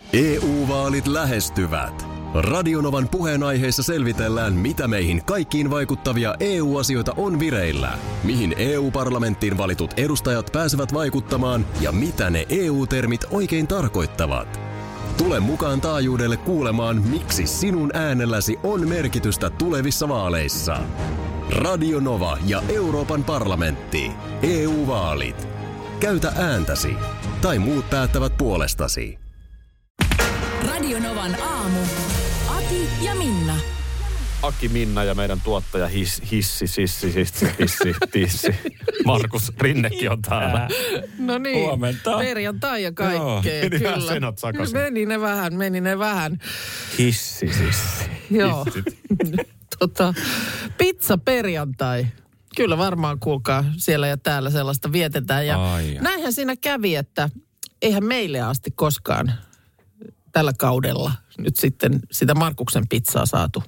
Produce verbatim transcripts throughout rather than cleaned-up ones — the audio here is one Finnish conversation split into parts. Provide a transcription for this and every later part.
E U-vaalit lähestyvät. Radionovan puheenaiheessa selvitellään, mitä meihin kaikkiin vaikuttavia E U-asioita on vireillä, mihin E U-parlamenttiin valitut edustajat pääsevät vaikuttamaan ja mitä ne E U-termit oikein tarkoittavat. Tule mukaan taajuudelle kuulemaan, miksi sinun äänelläsi on merkitystä tulevissa vaaleissa. Radio Nova ja Euroopan parlamentti. E U-vaalit. Käytä ääntäsi. Tai muut päättävät puolestasi. Radio Novan aamu. Aki ja Minna. Aki, Minna ja meidän tuottaja his, Hissi, Sissi, Sissi, Hissi, Tissi. Markus Rinnekin on täällä. No niin, huomenta. Perjantai ja kaikkea. Joo, kyllä. senat sakaisin. Meni ne vähän, meni ne vähän. Hissi, Sissi. Joo. tota, pizza perjantai. Kyllä varmaan, kuulkaa, siellä ja täällä sellaista vietetään. Ja Ai, näinhän siinä kävi, että eihän meille asti koskaan tällä kaudella nyt sitten sitä Markuksen pizzaa saatu.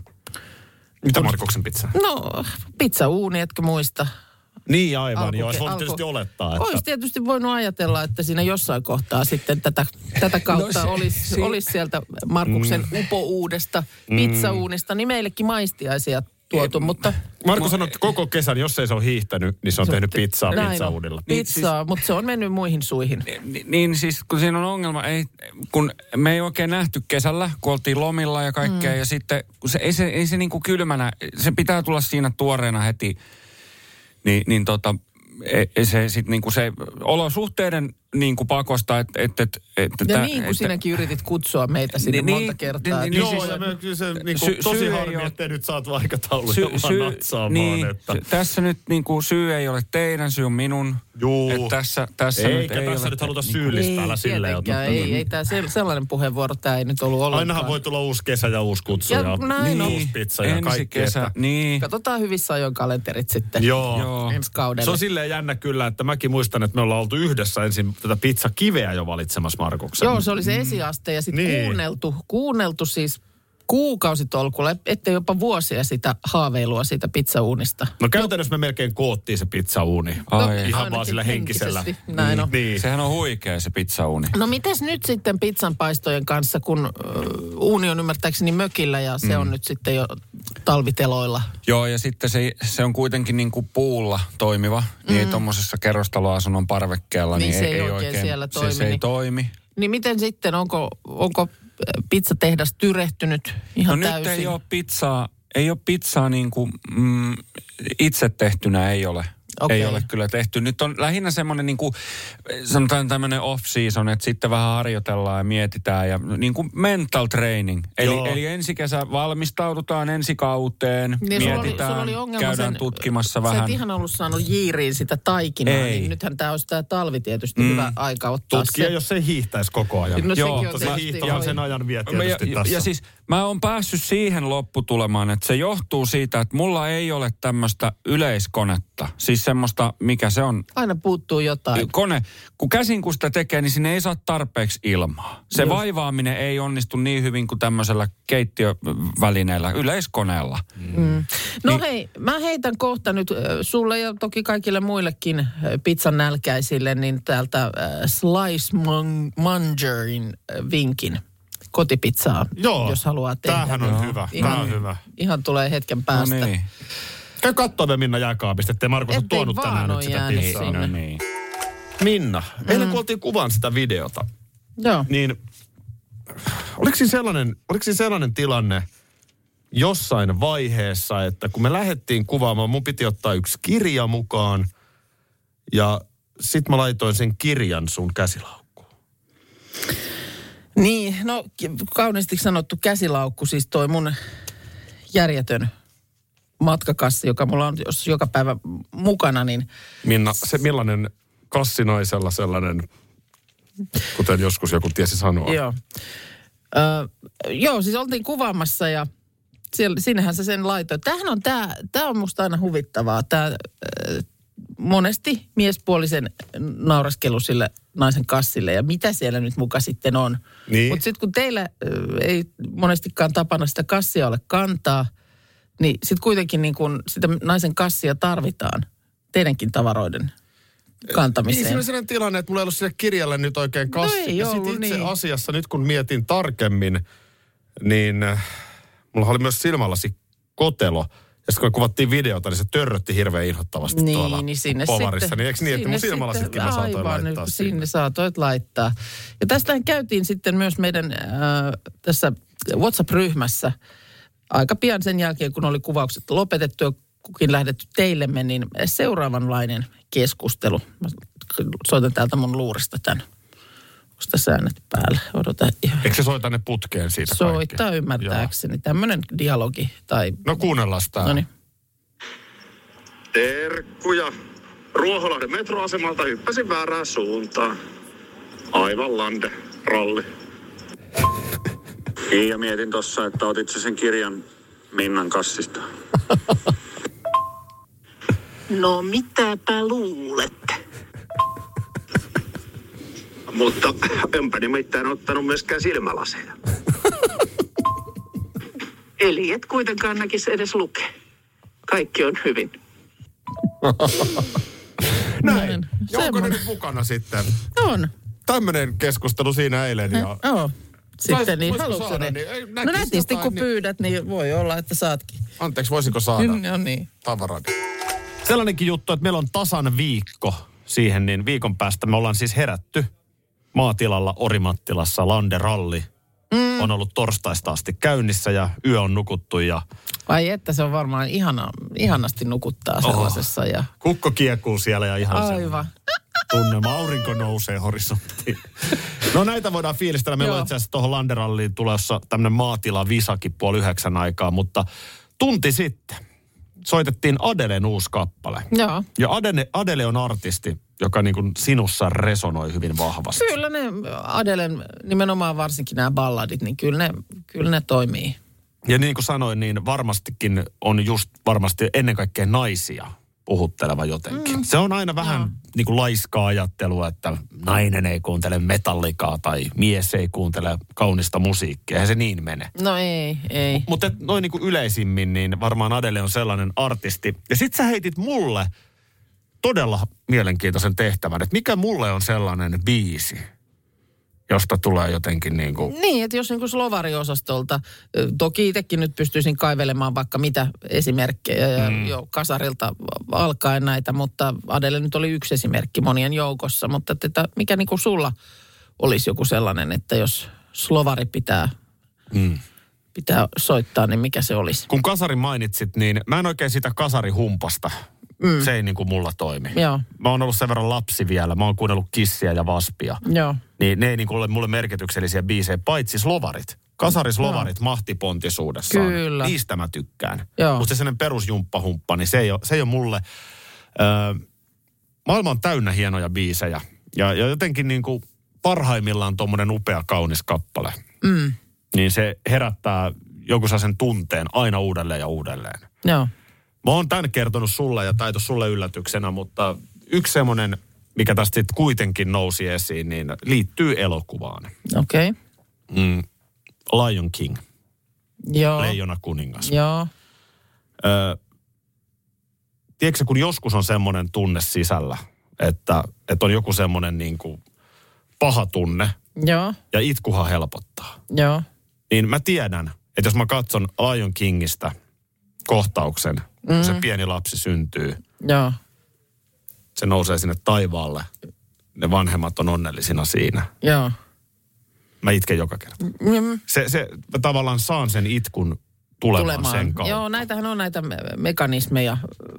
Mitä Markuksen pizzaa? No, pizzauuni, etkö muista? Niin aivan, Alku, joo. Olisi voinut alku, tietysti olettaa. Että... Olisi tietysti voinut ajatella, että siinä jossain kohtaa sitten tätä, tätä kautta no se, olisi, si- olisi sieltä Markuksen mm. upouudesta pizzauunista, niin meillekin maistiaisia tuotu, Ei, mutta... Marko sanoi, että koko kesän, jos ei se ole hiihtänyt, niin se on se tehnyt pizzaa pizzauunilla. Pizzaa, niin, mutta se on mennyt muihin suihin. Niin, niin siis, kun siinä on ongelma, ei, kun me ei oikein nähty kesällä, kun oltiin lomilla ja kaikkea, mm. ja sitten kun se, ei se, ei se niin kuin kylmänä, se pitää tulla siinä tuoreena heti, niin, niin tota, ei, se sitten niin kuin se olosuhteiden niin kuin pakosta, että... Et, et, et, ja niin kuin et, sinäkin yritit kutsua meitä sinne niin, monta kertaa. Niin, niin, joo, siis, ja me, kyllä se niin kuin, sy, tosi harmi, ole, ettei nyt saatu aikatauluja sy, vaan natsaamaan. Niin, että. Tässä nyt niin kuin syy ei ole teidän, syy on minun. Juu. Että tässä, tässä Eikä nyt ei tässä ole, nyt haluta syyllistää sille. Ei, ei, ei tämä sellainen puheenvuoro, tämä ei nyt ollut ollenkaan. Ainahan voi tulla uusi kesä ja uusi kutsu ja, ja näin niin, on. uusi pizza ja kaikki. Kesä, että. Niin. Katsotaan hyvissä ajoin kalenterit sitten. Joo. Joo. Ensi kaudelle. Se on silleen jännä kyllä, että mäkin muistan, että me ollaan oltu yhdessä ensin tätä pizzakiveä jo valitsemassa Markuksen. Joo, se oli se esiaste ja sitten niin. kuunneltu, kuunneltu siis kuukausitolkulla, ettei jopa vuosia sitä haaveilua siitä pizzauunista. No käytännössä me melkein koottiin se pizzauuni. No, ihan vaan sillä henkisellä. Näin on. Niin. Sehän on huikea se pizzauuni. No mites nyt sitten pizzanpaistojen kanssa, kun uh, uuni on ymmärtääkseni mökillä ja se mm. on nyt sitten jo talviteloilla. Joo, ja sitten se, se on kuitenkin niin kuin puulla toimiva. Mm. Niin tuommoisessa kerrostaloasunnon parvekkeella niin, niin se ei, ei ei oikein oikein siellä toimi. Se, se ei toimi. Niin miten sitten, onko, onko pizzatehdas tyrehtynyt ihan no täysin? No nyt ei ole pizzaa, ei ole pizzaa niin kuin mm, itse tehtynä ei ole. Okay. Ei ole kyllä tehty. Nyt on lähinnä semmoinen niin kuin, sanotaan tämmöinen off-season, että sitten vähän harjoitellaan ja mietitään ja niin kuin mental training. Eli, eli ensi kesä valmistaudutaan ensi kauteen, niin mietitään, oli, oli käydään sen, tutkimassa sä vähän. Sä et ihan ollut saanut jiiriin sitä taikinaa, ei. Niin nythän tämä olisi tämä talvi tietysti mm. hyvä aika ottaa. Tutkia, se. Jos ei hiihtäisi koko ajan. No joo, sekin on se hiihtohan sen ajan vie tietysti ja, tässä. Ja siis mä oon päässyt siihen lopputulemaan, että se johtuu siitä, että mulla ei ole tämmöistä yleiskonetta. Siis semmoista, mikä se on. Aina puuttuu jotain. Kone, kun käsin kun sitä tekee, niin sinne ei saa tarpeeksi ilmaa. Se Just. vaivaaminen ei onnistu niin hyvin kuin tämmöisellä keittiövälineellä, yleiskoneella. Mm. No niin. Hei, mä heitän kohta nyt sulle ja toki kaikille muillekin pizzan nälkäisille, niin täältä äh, Slice Mungerin vinkin. Kotipizzaa, joo, jos haluaa tehdä. Tämähän on joo. hyvä. Ihan, Tämä on hyvä. Ihan tulee hetken päästä. No niin. Käy katsoa Minna jääkaapista, ettei Markus ole tuonut tänään nyt sitä pizzaa. No niin. Minna, eilen mm. kun oltiin kuvaan sitä videota, joo. niin oliko siinä sellainen, oliko siinä sellainen tilanne jossain vaiheessa, että kun me lähdettiin kuvaamaan, mun piti ottaa yksi kirja mukaan ja sit mä laitoin sen kirjan sun käsilaukkuun. Niin, no kauniisti sanottu käsilaukku, siis toi mun järjetön matkakassi, joka mulla on jos joka päivä mukana, niin... Minna, se millainen kassinaisella sellainen, kuten joskus joku tiesi sanoa. Joo. Ö, joo, siis oltiin kuvaamassa ja siellä, sinnehän se sen laitoi. Tämähän on, tää, tää on musta aina huvittavaa. Tää ö, monesti miespuolisen nauraskelu sille naisen kassille ja mitä siellä nyt muka sitten on. Niin. Mutta sitten kun teillä ö, ei monestikaan tapana sitä kassia ole kantaa, niin sitten kuitenkin niin kun sitä naisen kassia tarvitaan teidänkin tavaroiden kantamiseen. Niin, siinä on sellainen tilanne, että mulla ei ollut sille kirjalle nyt oikein kassi. No ei ja ollut, sitten itse niin. asiassa, nyt kun mietin tarkemmin, niin äh, mulla oli myös silmälasi kotelo. Ja sitten kun me kuvattiin videota, niin se törrötti hirveän inhottavasti niin, tuolla niin sinne povarissa. sitten, niin eikö niin, että mun silmälasitkin mä saatoin aivan, laittaa sinne. sinne. saatoit laittaa. Ja tästähän käytiin sitten myös meidän äh, tässä WhatsApp-ryhmässä aika pian sen jälkeen, kun oli kuvaukset lopetettu ja kukin lähdetty teillemme, niin seuraavanlainen keskustelu. Mä soitan täältä mun luurista tämän. Onko tässä äänet päällä? Odota ihan. Eikö se soita ne putkeen siitä Soittaa kaikki? ymmärtääkseni. Tämmöinen dialogi. Tai... No kuunnellaan tää. Noniin. Terkkuja. Ruoholahden metroasemalta hyppäsin väärään suuntaan. Aivan lande, ralli. Ja mietin tossa, että otit sen kirjan Minnan kassista. No mitäpä luulette? Mutta enpä nimittäin ottanut myöskään silmälaseja. Eli et kuitenkaan näkisi edes lukea. Kaikki on hyvin. Näin. Ja onko ne Semmoinen. nyt mukana sitten? On. Tämmöinen keskustelu siinä eilen. Ja... Joo. Sitten Sais- niin voisiko haluatko saada, ne? niin ei, No näkisi nätisti jotain, kun niin- pyydät, niin voi olla, että saatkin. Anteeksi, voisiko saada No niin. tavaran? Sellainenkin juttu, että meillä on tasan viikko siihen, niin viikon päästä me ollaan siis herätty maatilalla Orimattilassa. Landeralli mm. on ollut torstaista asti käynnissä ja yö on nukuttu ja Ai että se on varmaan ihana, ihanasti nukuttaa sellaisessa. Ja... kukko kiekuu siellä ja ihan Aivan. tunnelma. Aurinko nousee horisonttiin. No näitä voidaan fiilistellä. Meillä Joo. on itse asiassa tuohon Landeralliin tulossa tämmöinen maatila visakin puoli yhdeksän aikaa, mutta tunti sitten soitettiin Adelen uusi kappale. Joo. Ja Adele, Adele on artisti, joka niin kuin sinussa resonoi hyvin vahvasti. Kyllä ne Adelen, nimenomaan varsinkin nämä balladit, niin kyllä ne, kyllä ne toimii. Ja niin kuin sanoin, niin varmastikin on just varmasti ennen kaikkea naisia puhutteleva jotenkin. Mm. Se on aina vähän Joo. niin kuin laiskaa ajattelua, että nainen ei kuuntele metallikaa tai mies ei kuuntele kaunista musiikkia. Eihän se niin mene. No ei, ei. Mutta noin niin kuin yleisimmin, niin varmaan Adele on sellainen artisti. Ja sit sä heitit mulle todella mielenkiintoisen tehtävän, että mikä mulle on sellainen biisi, josta tulee jotenkin niin kuin... Niin, että jos niin kuin Slovari-osastolta, ö, toki itsekin nyt pystyisin kaivelemaan vaikka mitä esimerkkejä ja mm. jo kasarilta alkaen näitä, mutta Adele nyt oli yksi esimerkki monien joukossa, mutta että mikä niin kuin sulla olisi joku sellainen, että jos Slovari pitää, Mm. pitää soittaa, niin mikä se olisi? Kun kasari mainitsit, niin mä en oikein sitä kasarihumpasta. Mm. Se ei niin kuin mulla toimi. Joo. Mä oon ollut sen verran lapsi vielä. Mä oon kuunnellut Kissiä ja Waspia. Joo. Niin ne ei niin kuin ole mulle merkityksellisiä biisejä, paitsi slovarit. Kasarislovarit mahtipontisuudessaan. Kyllä. Niistä mä tykkään. Joo. Mutta se sellainen perusjumppahumppa, niin se ei ole, se ei ole mulle... Öö, maailma on täynnä hienoja biisejä. Ja, ja jotenkin niin kuin parhaimmillaan tommonen upea, kaunis kappale. Mm. Niin se herättää joku sen tunteen aina uudelleen ja uudelleen. Joo. Mä oon tämän kertonut sulle ja taito sulle yllätyksenä, mutta yksi semmoinen, mikä tästä sitten kuitenkin nousi esiin, niin liittyy elokuvaan. Okei. Okay. Mm, Lion King, Joo. Leijona kuningas. Joo. Ö, tiedätkö, kun joskus on semmoinen tunne sisällä, että, että on joku semmoinen niin kuin paha tunne Joo. ja itkuhan helpottaa. Joo. Niin mä tiedän, että jos mä katson Lion Kingistä kohtauksen, kun mm. se pieni lapsi syntyy, Joo. se nousee sinne taivaalle, ne vanhemmat on onnellisina siinä. Joo. Mä itken joka kerta. Mm. Se, se, mä tavallaan saan sen itkun tulemaan, Tulemaan. sen kautta. Joo, näitähän on näitä me- mekanismeja.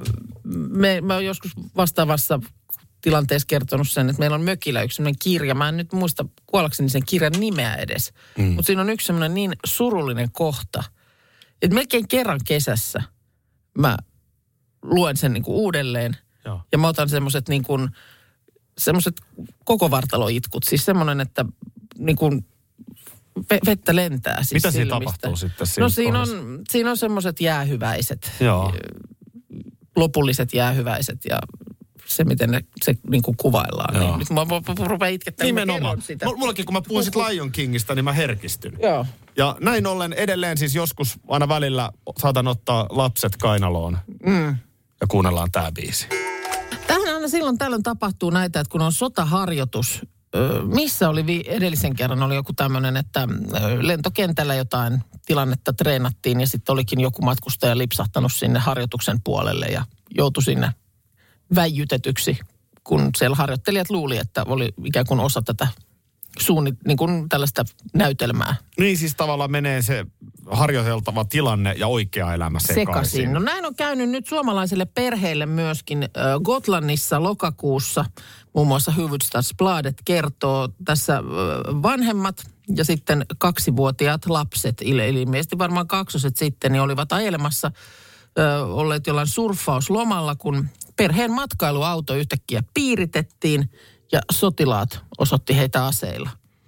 Me, mä oon joskus vastaavassa tilanteessa kertonut sen, että meillä on mökillä yksi sellainen kirja. Mä en nyt muista kuollakseni sen kirjan nimeä edes. Mm. Mutta siinä on yksi sellainen niin surullinen kohta, että melkein kerran kesässä mä luen sen niin kuin uudelleen. Joo. Ja mä otan semmoiset niin kuin, semmoiset koko vartaloitkut. Siis semmoinen, että niin kuin vettä lentää siis Mitä siinä silmistä. tapahtuu sitten siinä No siinä kohdassa? on, siinä on semmoiset jäähyväiset. Joo. Lopulliset jäähyväiset ja se, miten ne, se niin kuin kuvaillaan. Joo. Niin, nyt mä, mä, mä rupean itkettämään. Nimenomaan. Sitä. Mullakin, kun mä puhun sit Lion Kingistä, niin mä herkistyn. Joo. Ja näin ollen edelleen siis joskus aina välillä saatan ottaa lapset kainaloon Mm. ja kuunnellaan tää biisi. Tähän aina silloin tällöin tapahtuu näitä, että kun on sotaharjoitus, missä oli vi- edellisen kerran oli joku tämmöinen, että lentokentällä jotain tilannetta treenattiin ja sitten olikin joku matkustaja lipsahtanut sinne harjoituksen puolelle ja joutui sinne väijytetyksi, kun siellä harjoittelijat luuli, että oli ikään kuin osa tätä suunnit, niin kuin tällaista näytelmää. Niin siis tavallaan menee se harjoiteltava tilanne ja oikea elämä sekaisin. sekaisin. No näin on käynyt nyt suomalaiselle perheelle myöskin. Gotlannissa lokakuussa muun muassa Hufvudstadsbladet kertoo tässä vanhemmat ja sitten kaksivuotiaat lapset, eli ilmeisesti varmaan kaksoset sitten, niin olivat ajelemassa ö, olleet jollain surffauslomalla, kun perheen matkailuauto yhtäkkiä piiritettiin ja sotilaat osoitti heitä aseilla.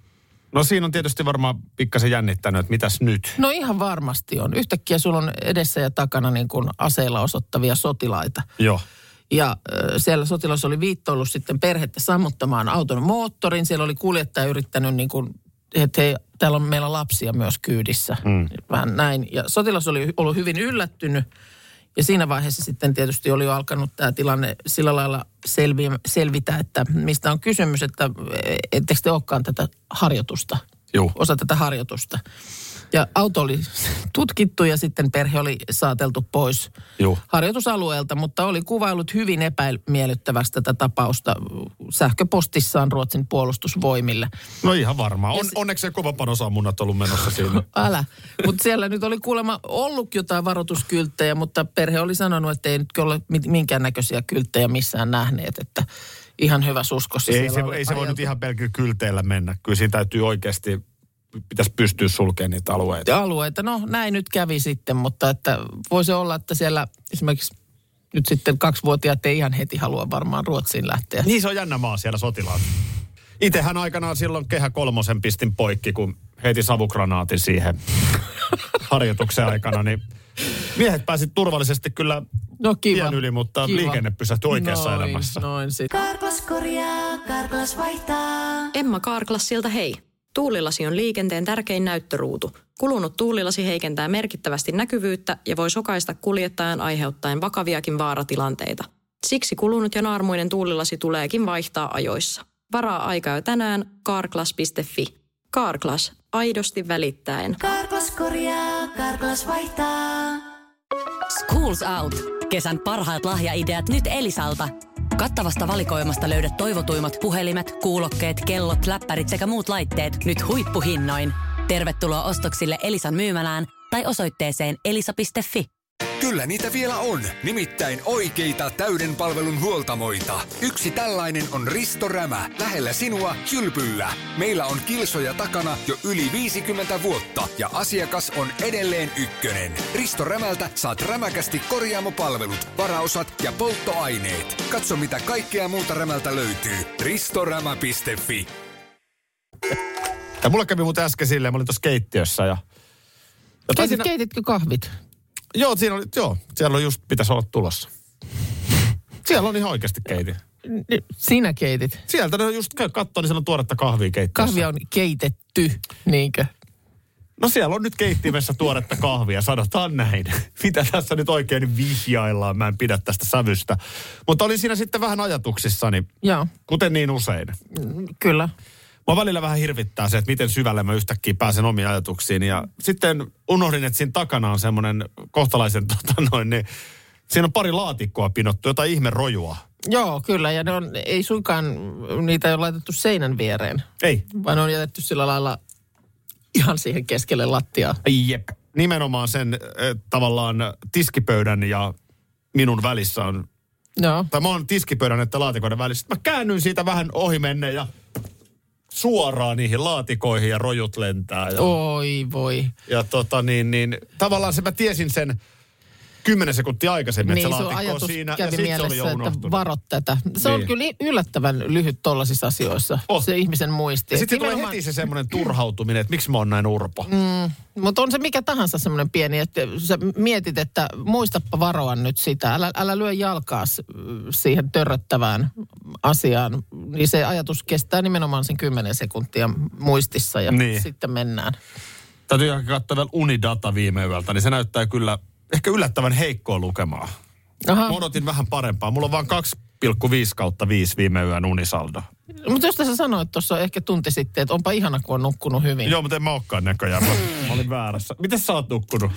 No siinä on tietysti varmaan pikkasen jännittänyt, että mitäs nyt? No ihan varmasti on. Yhtäkkiä sulla on edessä ja takana niin kuin aseilla osoittavia sotilaita. Joo. Ja äh, siellä sotilas oli viittoillut sitten perhettä sammuttamaan auton moottorin. Siellä oli kuljettaja yrittänyt niin kuin, että hei, täällä on meillä lapsia myös kyydissä. Mm. Vähän näin. Ja sotilas oli ollut hyvin yllättynyt. Ja siinä vaiheessa sitten tietysti oli jo alkanut tämä tilanne sillä lailla selvi, selvitä, että mistä on kysymys, että ettekö te olekaan tätä harjoitusta, Juh. osa tätä harjoitusta. Ja auto oli tutkittu ja sitten perhe oli saateltu pois Juh. harjoitusalueelta, mutta oli kuvailut hyvin epämiellyttäväksi tätä tapausta sähköpostissaan Ruotsin puolustusvoimille. No ihan varmaan. On, onneksi se kova panosammunnat ollut menossa siinä. Älä. Mutta siellä nyt oli kuulemma ollut jotain varoituskylttejä, mutta perhe oli sanonut, että ei nyt ole minkäännäköisiä kylttejä missään nähneet, että ihan hyvä suskossa. Ei se, ei se voi nyt ihan pelkillä kylteillä mennä. Kyllä siinä täytyy oikeasti, pitäisi pystyä sulkemaan niitä alueita. Alueita, no näin nyt kävi sitten, mutta että voisi olla, että siellä esimerkiksi nyt sitten kaksivuotiaat ei ihan heti halua varmaan Ruotsiin lähteä. Niin se on jännä maa siellä sotilaat. Itsehän aikanaan silloin Kehä kolmosen pistin poikki, kun heitin savukranaatin siihen harjoituksen aikana, niin miehet pääsit turvallisesti kyllä no, kiva. tien yli, mutta kiva. liikenne pysähtyi oikeassa noin, elämässä. Noin sitten. Karklas korjaa, Karklas vaihtaa. Emma Karklassilta hei. Tuulilasi on liikenteen tärkein näyttöruutu. Kulunut tuulilasi heikentää merkittävästi näkyvyyttä ja voi sokaista kuljettajan aiheuttaen vakaviakin vaaratilanteita. Siksi kulunut ja naarmuinen tuulilasi tuleekin vaihtaa ajoissa. Varaa aikaa jo tänään karklas piste fi. Karklas, aidosti välittäen. Karklas korjaa, Karklas vaihtaa. Schools Out. Kesän parhaat lahjaideat nyt Elisalta. Kattavasta valikoimasta löydät toivotuimmat puhelimet, kuulokkeet, kellot, läppärit sekä muut laitteet nyt huippuhinnoin. Tervetuloa ostoksille Elisan myymälään tai osoitteeseen elisa piste fi. Kyllä niitä vielä on, nimittäin oikeita täyden palvelun huoltamoita. Yksi tällainen on Risto Rämä, lähellä sinua, Kylpyllä. Meillä on kilsoja takana jo yli viisikymmentä vuotta ja asiakas on edelleen ykkönen. Risto Rämältä saat rämäkästi korjaamopalvelut, varaosat ja polttoaineet. Katso mitä kaikkea muuta Rämältä löytyy. ristorämä piste fi. Ja mulle kävi muuten äsken silleen, mä olin tuossa keittiössä ja... Keitit, siinä... Keititkö kahvit? Joo, siinä oli, joo, siellä on just, pitäisi olla tulossa. Siellä on ihan oikeasti keitin. Sinä keitit? Sieltä ne just käy kattoo, niin siellä on tuoretta kahvia keittiössä. Kahvia on keitetty, niinkö? No siellä on nyt keittimessä tuoretta kahvia, sanotaan näin. Mitä tässä nyt oikein vihjaillaan, mä en pidä tästä sävystä. Mutta olin siinä sitten vähän ajatuksissani, joo. Kuten niin usein. Kyllä. Mä välillä vähän hirvittää se, että miten syvälle mä yhtäkkiä pääsen omiin ajatuksiin. Ja sitten unohdin, että siinä takana on semmoinen kohtalaisen, tota noin, niin siinä on pari laatikkoa pinottu, jotain ihme rojua. Joo, kyllä. Ja ne on, ei suinkaan, niitä ei ole laitettu seinän viereen. Ei. Vaan ne on jätetty sillä lailla ihan siihen keskelle lattiaa. Jep. Nimenomaan sen äh, tavallaan tiskipöydän ja minun välissä on, joo. Tai mä oon tiskipöydän että laatikoiden välissä. Mä käännyin siitä vähän ohi menne ja suoraan niihin laatikoihin ja rojut lentää. Ja, oi voi. Ja tota niin, niin tavallaan se mä tiesin sen kymmenen sekuntia aikaisemmin, niin, että se laatikko on siinä ja sitten se oli jo unohtunut. Että varot tätä. Se niin. on kyllä yllättävän lyhyt tollasissa asioissa, oh. se ihmisen muisti. Ja sitten tulee nimenomaan... heti se semmoinen turhautuminen, että miksi mä oon näin urpo. Mm, mutta on se mikä tahansa semmoinen pieni, että sä mietit, että muistappa varoa nyt sitä. Älä, älä lyö jalkaas siihen törröttävään asiaan. Niin se ajatus kestää nimenomaan sen kymmenen sekuntia muistissa ja niin. sitten mennään. Täytyy ihan katsoa vielä Unidata viime yöltä, niin se näyttää kyllä ehkä yllättävän heikkoa lukemaa. Aha. Mä odotin vähän parempaa. Mulla on vaan kaksi pilkku viisi kautta viisi viime yön unisaldo. Mutta jos sä sanoit tuossa ehkä tunti sitten, että onpa ihana, kun on nukkunut hyvin. Joo, mutta en mä olekaan näköjään. Mä, mä olin väärässä. Miten sä oot nukkunut?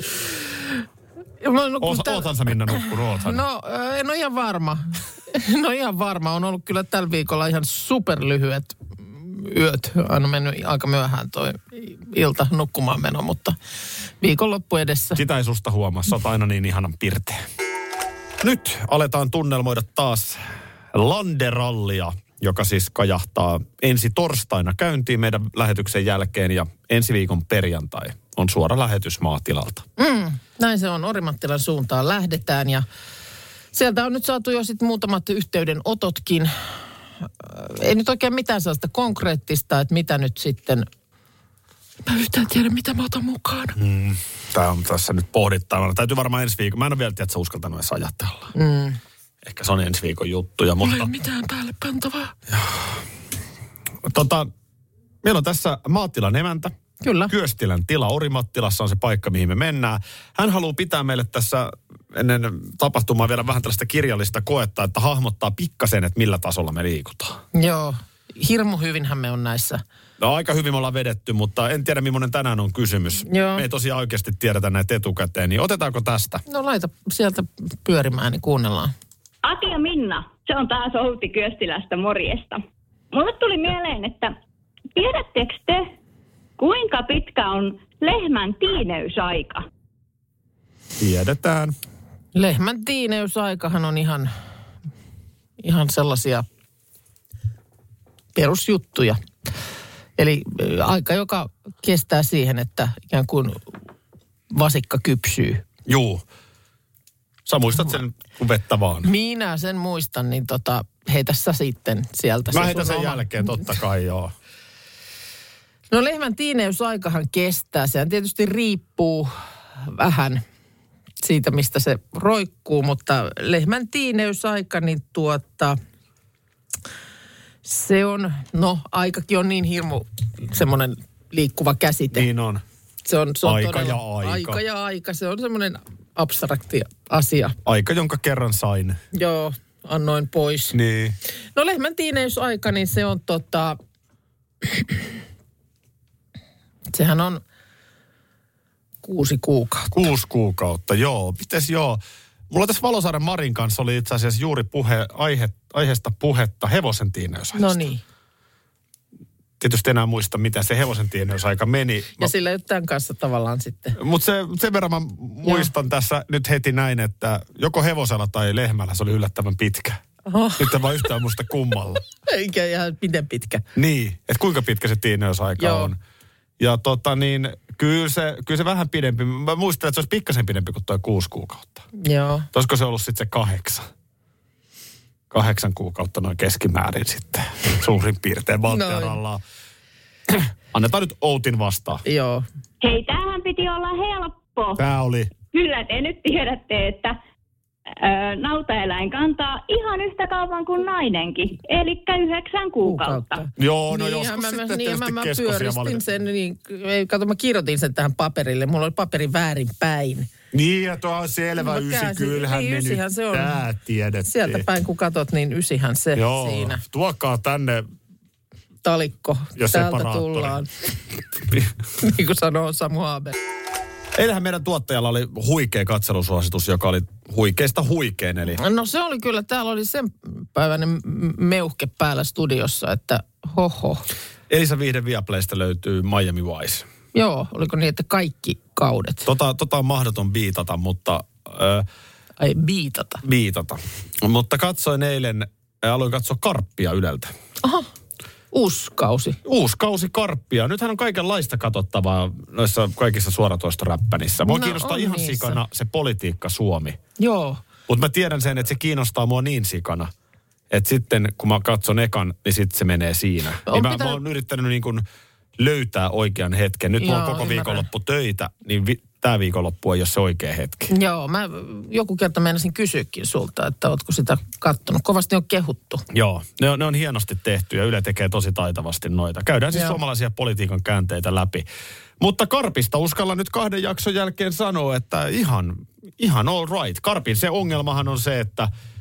Oot, oothan sä Minna nukkunut, oothan. No, en ole ihan varma. No ihan varma. On ollut kyllä tällä viikolla ihan superlyhyet yöt. Aina mennyt aika myöhään toi ilta nukkumaan meno, mutta viikonloppu edessä. Sitä ei susta huomaa. Sä oot aina niin ihanan pirteä. Nyt aletaan tunnelmoida taas Landerallia, joka siis kajahtaa ensi torstaina käyntiin meidän lähetyksen jälkeen ja ensi viikon perjantai on suora lähetys maatilalta. Mm, näin se on. Orimattilan suuntaan lähdetään ja sieltä on nyt saatu jo sitten muutamat yhteydenototkin. Ei nyt oikein mitään sellaista konkreettista, että mitä nyt sitten... Mä yhtään tiedä, mitä mä otan mukaan. Mm, tää on tässä nyt pohdittavana. Täytyy varmaan ensi viikon. Mä en ole vielä tiedä, että sä uskaltanut edes ajatella. Mm. Ehkä se on ensi viikon juttuja, mutta... Mulla ei mitään päälle pantavaa. Tota, meillä on tässä maatilan emäntä. Kyllä. Kyöstilän tila Orimattilassa on se paikka, mihin me mennään. Hän haluaa pitää meille tässä ennen tapahtumaa vielä vähän tällaista kirjallista koetta, että hahmottaa pikkasen, että millä tasolla me liikutaan. Joo. Hirmu hyvinhän me on näissä. No aika hyvin me ollaan vedetty, mutta en tiedä millainen tänään on kysymys. Joo. Me ei tosiaan oikeasti tiedetä näitä etukäteen, niin otetaanko tästä? No laita sieltä pyörimään, niin kuunnellaan. Ati ja Minna, se on taas Outi Kyöstilästä, morjesta. Mulle tuli mieleen, että tiedättekö te, kuinka pitkä on lehmän tiineysaika? Tiedetään. Lehmän tiineysaikahan on ihan, ihan sellaisia perusjuttuja. Eli aika, joka kestää siihen, että ikään kuin vasikka kypsyy. Juu. Sä muistat sen kuin vettä vaan. Minä sen muistan, niin tota, heitä sä sitten sieltä. Mä se heitän sen oma... jälkeen, totta kai joo. No lehmän tiineysaikahan kestää. Sehän tietysti riippuu vähän siitä, mistä se roikkuu, mutta lehmän tiineysaika, niin tuota, se on, no aikakin on niin hirmu semmoinen liikkuva käsite. Niin on. Se on, se on aika todella, ja aika. Aika ja aika, se on semmoinen abstrakti asia. Aika, jonka kerran sain. Joo, annoin pois. Niin. No lehmän tiineysaika, niin se on tota, sehän on kuusi kuukautta. Kuusi kuukautta, joo. Mites joo? Mulla tässä Valosaaren Marin kanssa oli itse asiassa juuri puhe, aihe, aiheesta puhetta hevosen tiineysaikasta. No niin. Tietysti enää muista, miten se hevosen tiineysaika meni. Ja mä... sillä ei ole tämän kanssa tavallaan sitten. Mutta se, sen verran mä muistan ja. tässä nyt heti näin, että joko hevosella tai lehmällä se oli yllättävän pitkä. Oho. Nyt en vaan yhtään muista kummalla. Eikä ihan miten pitkä. Niin, että kuinka pitkä se tiineysaika Joo. on. Ja tota niin, kyllä se, kyllä se vähän pidempi. Mä muistan, että se olisi pikkasen pidempi kuin tuo kuusi kuukautta. Joo. Olisiko se ollut sitten se kahdeksan? Kahdeksan kuukautta noin keskimäärin sitten. Suurin piirtein valtiarallaan. Annetaan nyt Outin vastaan. Joo. Hei, tämähän piti olla helppo. Tää oli. Kyllä te nyt tiedätte, että ö, nautaeläin kantaa ihan yhtä kauan kuin nainenkin. Elikkä yhdeksän kuukautta. kuukautta. Joo, no niin, joskus mä, sitten niin, tietysti mä, mä keskosia pyöristin sen, niin, ei, kato, mä kirjoitin sen tähän paperille. Mulla oli paperi väärin päin. Niin, ja tuo on selvä no, ysi, käsin, kyllähän niin, me nyt se on. Tää tiedettiin. Sieltä päin kun katot, niin ysihän se Joo, siinä. tuokaa tänne. Talikko, ja täältä tullaan. Niin kuin sanoo Samu Haber. Eilähän meidän tuottajalla oli huikea katselusuositus, joka oli huikeista huikein. Eli... No se oli kyllä, täällä oli sen päiväinen meuhke päällä studiossa, että hoho. Elisa Viihde Viaplaysta löytyy Miami Vice. Joo, oliko niin, että kaikki kaudet? Tota, tota on mahdoton biitata, mutta... Äh, Ai biitata? Biitata. Mutta katsoin eilen, äh, aloin katsoa Karppia Yleltä. Aha. Uusi kausi. Uusi kausi Karppia. Nythän on kaikenlaista katsottavaa noissa kaikissa suoratoistoräppänissä. Mua no, kiinnostaa ihan niissä. Sikana se politiikka Suomi. Joo. Mutta mä tiedän sen, että se kiinnostaa mua niin sikana, että sitten kun mä katson ekan, niin sitten se menee siinä. Niin mä, pitää... mä oon yrittänyt niin kuin löytää oikean hetken. Nyt mulla on koko viikonloppu töitä, niin vi- tämä viikonloppu ei ole se oikea hetki. Joo, mä joku kerta meinasin kysyäkin sulta, että ootko sitä kattonut. Kovasti on kehuttu. Joo, ne on, ne on hienosti tehty ja Yle tekee tosi taitavasti noita. Käydään siis Joo. suomalaisia politiikan käänteitä läpi. Mutta Karpista uskalla nyt kahden jakson jälkeen sanoa, että ihan, ihan all right. Karpin se ongelmahan on se, että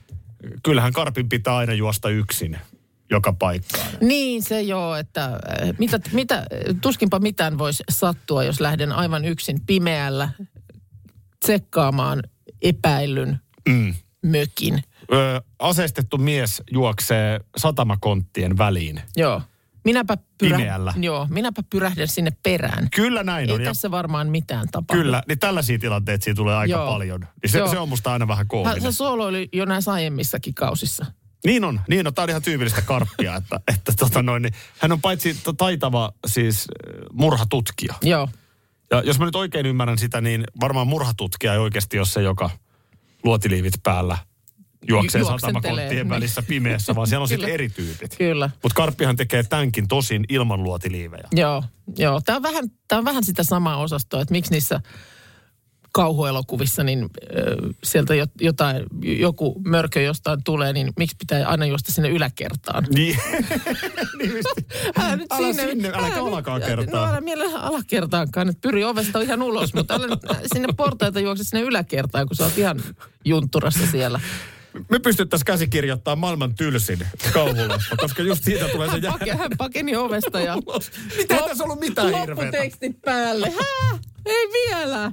kyllähän karpin pitää aina juosta yksin joka paikkaan. Niin se joo, että mitä, mitä, tuskinpa mitään voisi sattua, jos lähden aivan yksin pimeällä tsekkaamaan epäillyn mm. mökin. Ö, aseistettu mies juoksee satamakonttien väliin. Joo. Minäpä, pyrä... Pimeällä. Joo, minäpä pyrähdän sinne perään. Kyllä näin Ei on. Ei tässä varmaan mitään tapahdu. Kyllä, niin tällaisia tilanteita siinä tulee aika Joo. paljon. Niin se, se on musta aina vähän koominen. Se sooloili jo näissä aiemmissakin kausissa. Niin on, niin on. Tämä on ihan tyypillistä karppia, että, että tota noin, niin hän on paitsi taitava siis murhatutkija. Joo. Ja jos mä nyt oikein ymmärrän sitä, niin varmaan murhatutkija ei oikeasti ole se, joka luotiliivit päällä juoksee satamakonttien välissä pimeässä, vaan siellä on sitten eri tyypit. Kyllä. Mutta karppihan tekee tämänkin tosin ilman luotiliivejä. Joo, joo. Tämä on vähän, tämä on vähän sitä samaa osastoa, että miksi niissä kauhuelokuvissa, niin äh, sieltä jotain, joku mörkö jostain tulee, niin miksi pitää aina juosta sinne yläkertaan? Niin. niin älä nyt älä sinne, sinne, äläkä alakaan kertaa. No älä mielellä alakertaankaan, että pyri ovesta ihan ulos, mutta älä nyt sinne portaita juokse sinne yläkertaan, kun sä oot ihan juntturassa siellä. Me pystyttäisiin käsikirjoittamaan maailman tylsin kauhuleffa, koska just siitä tulee se jää. Hän, hän pakeni ovesta ja... Mitä ei tässä ollut mitään hirveätä? Lopputekstit päälle. Hää? Ei vielä.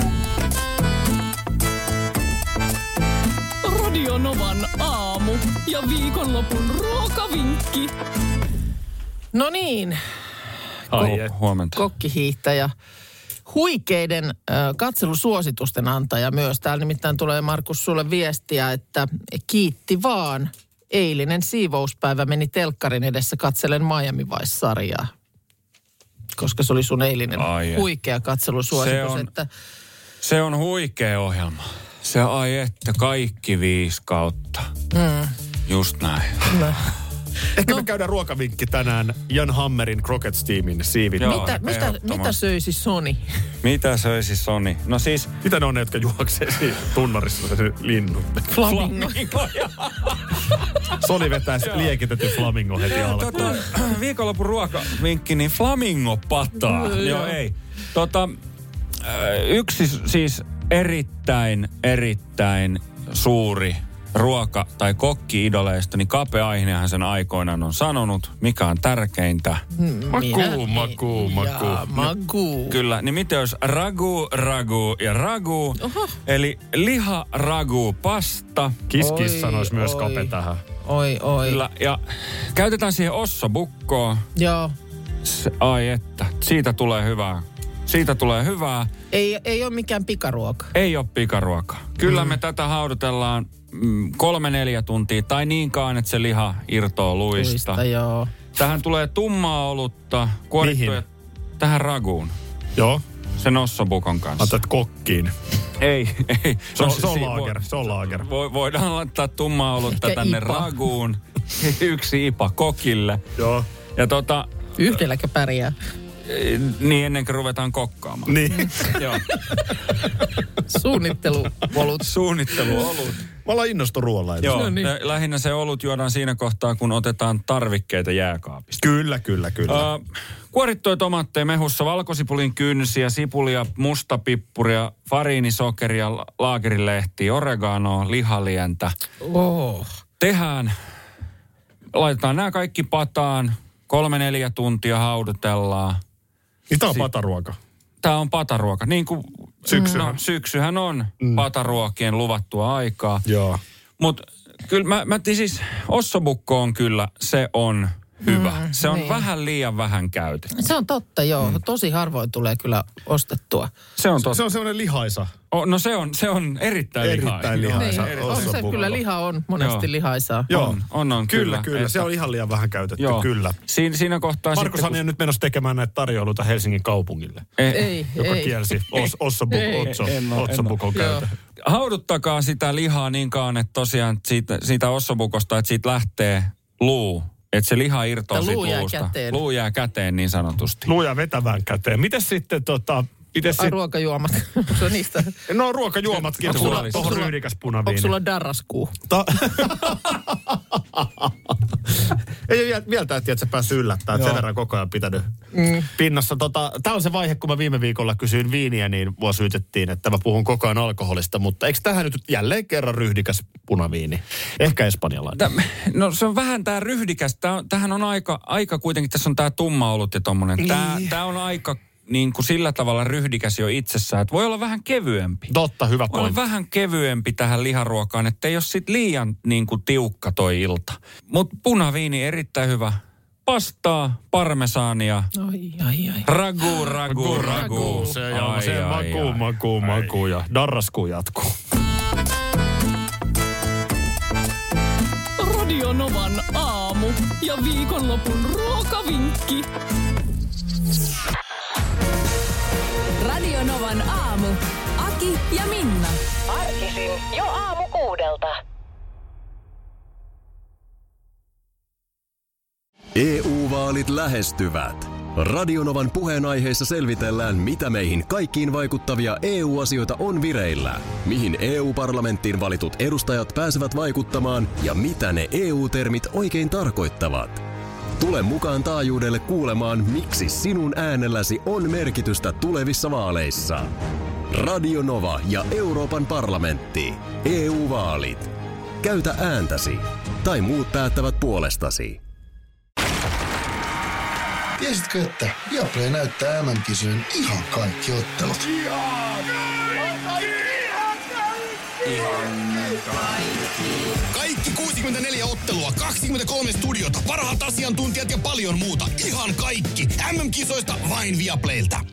Radio Novan aamu ja viikonlopun ruokavinkki. No niin. Ko- huomenta. Kokkihiihtäjä. Huikeiden äh, katselusuositusten antaja myös. Täällä nimittäin tulee, Markus, sulle viestiä, että kiitti vaan. Eilinen siivouspäivä meni telkkarin edessä katselen Miami Vice-sarjaa. Koska se oli sun eilinen ai huikea katselusuositus. Se on, että... se on huikea ohjelma. Se ai että kaikki viisi kautta. Mm. Just näin. No. Ehkä no. me käydään ruokavinkki tänään Jan Hammerin Crockett Steamin siivit. Joo, mitä, mitä, mitä söisi Soni? Mitä söisi Soni? No siis... Mitä ne on ne, jotka juoksee siinä tunnarissa se linnut? Flamingo. Soni vetäisi liekitetty flamingo heti alkuun. Tota, viikonlopun ruokavinkki, niin flamingo pataa. No, joo, ei. Tota, yksi siis erittäin, erittäin suuri ruoka- tai kokki-idoleista, niin Kape Aihinehan sen aikoinaan on sanonut, mikä on tärkeintä. Makuu, makuu, makuu. Makuu. Kyllä, niin miten jos ragu, ragu ja ragu, oho. Eli liha, ragu, pasta. Kiskis sanoisi myös Kape tähän. Oi, oi. Kyllä, ja käytetään siihen ossobukkoa. Joo. Se, ai että, siitä tulee hyvää. Siitä tulee hyvää. Ei, ei ole mikään pikaruoka. Ei ole pikaruoka. Kyllä mm. me tätä haudutellaan mm, kolme neljä tuntia tai niinkaan, että se liha irtoo luista. Luista, joo. Tähän tulee tummaa olutta, kuorittuja tähän raguun. Joo. Sen ossobukon kanssa. Otat kokkiin. Ei, ei. Se on, se on laager, se on laager. Vo, voidaan laittaa tummaa olutta ehkä tänne ipa. raguun. Yksi ipa kokille. Joo. Ja tota... Yhdelläkö pärjää? Niin, ennen kuin ruvetaan kokkaamaan. Niin. Joo. Suunnitteluolut. Suunnitteluolut. Mä ollaan innostu ruoanlaitosta. Joo, no niin. Lähinnä se olut juodaan siinä kohtaa, kun otetaan tarvikkeita jääkaapista. Kyllä, kyllä, kyllä. Uh, kuorittuja tomaatteja mehussa, valkosipulin kynsiä, sipulia, mustapippuria, fariinisokeria, laakerilehtiä, oreganoa, lihalientä. Oh. Tehdään, laitetaan nämä kaikki pataan, kolme neljä tuntia haudutellaan. Niin tää on pataruoka. Tää on pataruoka. Niin kuin syksyhän. No, syksyhän on mm. pataruokien luvattua aikaa. Joo. Mutta kyllä mä, mä siis ossobukko on kyllä, se on hyvä. Mm, se on niin. vähän liian vähän käytetty. Se on totta, joo. Mm. Tosi harvoin tulee kyllä ostettua. Se on totta. Se on semmoinen lihaisa. O, no se on, se on erittäin, erittäin lihaisa. lihaisa. Niin, on se kyllä, liha on monesti joo. lihaisaa. Joo, on, on, on kyllä. Kyllä, kyllä. Että... Se on ihan liian vähän käytetty, joo. kyllä. Siin, siinä kohtaa Markus sitten... Kun... on nyt menossa tekemään näitä tarjoiluita Helsingin kaupungille. Ei, ei joka ei. kielsi os, ossobukon käytön. Hauduttakaa sitä lihaa niin kauan, että tosiaan siitä, siitä ossobukosta, että siitä lähtee luu. Että se liha irtoaa siitä luu luusta. Jää käteen. Luu jää käteen niin sanotusti. Luu jää vetävään käteen. Mites sitten tota... Mites Ai, sit... ruokajuomat. Se on niistä. No ruokajuomatkin. Sulla, Tuohon ryhdikäs punaviini. Onko sulla darraskuu? Ta... Ei vielä, vielä täytyy, että sä päässyt yllättämään. Sen verran koko ajan pitänyt mm. pinnassa. Tota, tämä on se vaihe, kun mä viime viikolla kysyin viiniä, niin mua syytettiin, että mä puhun koko ajan alkoholista. Mutta eikö tähän nyt jälleen kerran ryhdikäs punaviini? Ehkä espanjalainen. No se on vähän tää ryhdikäs. Tää, tämähän on aika, aika kuitenkin, tässä on tää tumma olut ja tommonen. Tää, niin. tää on aika niin kuin sillä tavalla ryhdikäs jo itsessään, että voi olla vähän kevyempi. Totta, hyvä voi pointti. olla vähän kevyempi tähän liharuokaan, että ei ole sit liian niin kuin tiukka toi ilta. Mutta punaviini erittäin hyvä. Pastaa, parmesaania, ai, ai, ai. ragu, ragu, ragu. Se, joo, se makuu, makuu, makuu ja darraskuu jatkuu. Radio Novan aamu ja viikonlopun ruokavinkki. Radio Novan aamu. Aki ja Minna. Arkisin jo aamu kuudelta. E U-vaalit lähestyvät. Radio Novan puheenaiheessa selvitellään, mitä meihin kaikkiin vaikuttavia E U-asioita on vireillä, mihin E U-parlamenttiin valitut edustajat pääsevät vaikuttamaan ja mitä ne E U-termit oikein tarkoittavat. Tule mukaan taajuudelle kuulemaan, miksi sinun äänelläsi on merkitystä tulevissa vaaleissa. Radio Nova ja Euroopan parlamentti. E U-vaalit. Käytä ääntäsi. Tai muut päättävät puolestasi. Tiesitkö, että Viaplay näyttää M M-kisojen ihan kaikki ottelut? Kaikki kuusikymmentäneljä ottelua, kaksikymmentäkolme studiota, parhaat asiantuntijat ja paljon muuta. Ihan kaikki. M M-kisoista vain Viaplaylta.